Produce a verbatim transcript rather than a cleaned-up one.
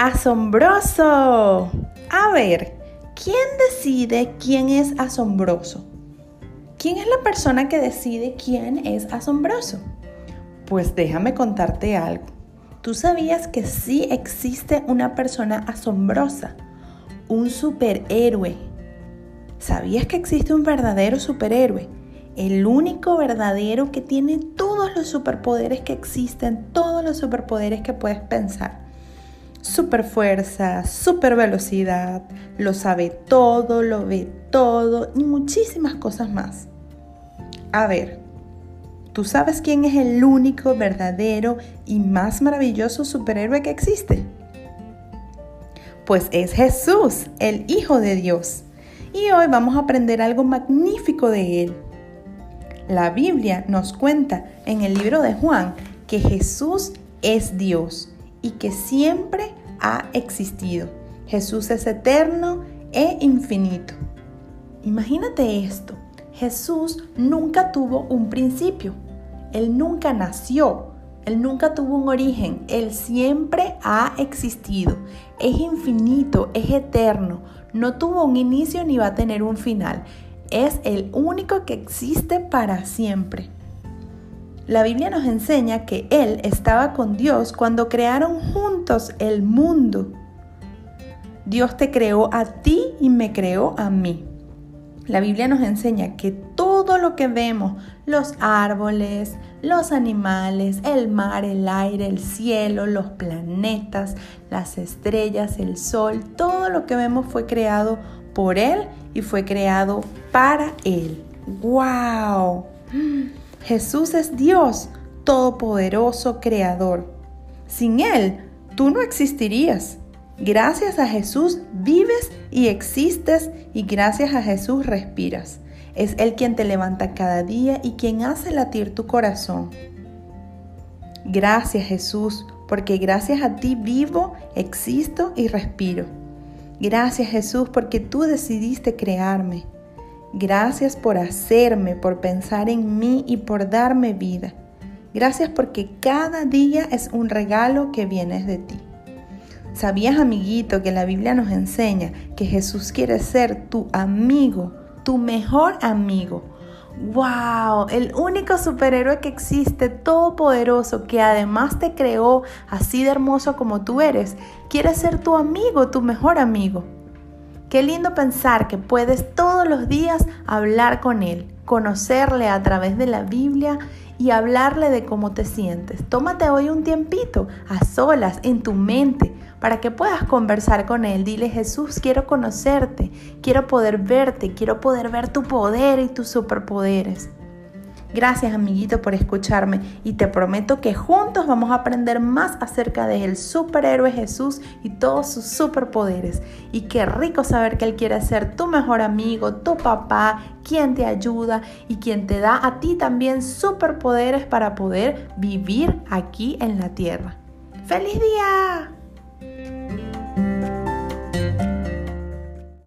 ¡Asombroso! A ver, ¿quién decide quién es asombroso? ¿Quién es la persona que decide quién es asombroso? Pues déjame contarte algo. ¿Tú sabías que sí existe una persona asombrosa? Un superhéroe. ¿Sabías que existe un verdadero superhéroe? El único verdadero que tiene todos los superpoderes que existen, todos los superpoderes que puedes pensar. Super fuerza, super velocidad, lo sabe todo, lo ve todo y muchísimas cosas más. A ver, ¿tú sabes quién es el único, verdadero y más maravilloso superhéroe que existe? Pues es Jesús, el Hijo de Dios. Y hoy vamos a aprender algo magnífico de Él. La Biblia nos cuenta en el libro de Juan que Jesús es Dios y que siempre ha existido. Jesús es eterno e infinito. Imagínate esto. Jesús nunca tuvo un principio. Él nunca nació. Él nunca tuvo un origen. Él siempre ha existido. Es infinito, es eterno. No tuvo un inicio ni va a tener un final. Es el único que existe para siempre. La Biblia nos enseña que Él estaba con Dios cuando crearon juntos el mundo. Dios te creó a ti y me creó a mí. La Biblia nos enseña que todo lo que vemos, los árboles, los animales, el mar, el aire, el cielo, los planetas, las estrellas, el sol, todo lo que vemos fue creado por Él y fue creado para Él. ¡Wow! Jesús es Dios, todopoderoso, creador. Sin Él, tú no existirías. Gracias a Jesús vives y existes y gracias a Jesús respiras. Es Él quien te levanta cada día y quien hace latir tu corazón. Gracias Jesús, porque gracias a ti vivo, existo y respiro. Gracias Jesús, porque tú decidiste crearme. Gracias por hacerme, por pensar en mí y por darme vida. Gracias porque cada día es un regalo que viene de ti. ¿Sabías, amiguito, que la Biblia nos enseña que Jesús quiere ser tu amigo, tu mejor amigo? ¡Wow! El único superhéroe que existe, todopoderoso, que además te creó así de hermoso como tú eres, quiere ser tu amigo, tu mejor amigo. Qué lindo pensar que puedes todos los días hablar con Él, conocerle a través de la Biblia y hablarle de cómo te sientes. Tómate hoy un tiempito a solas en tu mente para que puedas conversar con Él. Dile: Jesús, quiero conocerte, quiero poder verte, quiero poder ver tu poder y tus superpoderes. Gracias, amiguito, por escucharme y te prometo que juntos vamos a aprender más acerca del superhéroe Jesús y todos sus superpoderes. Y qué rico saber que Él quiere ser tu mejor amigo, tu papá, quien te ayuda y quien te da a ti también superpoderes para poder vivir aquí en la tierra. ¡Feliz día!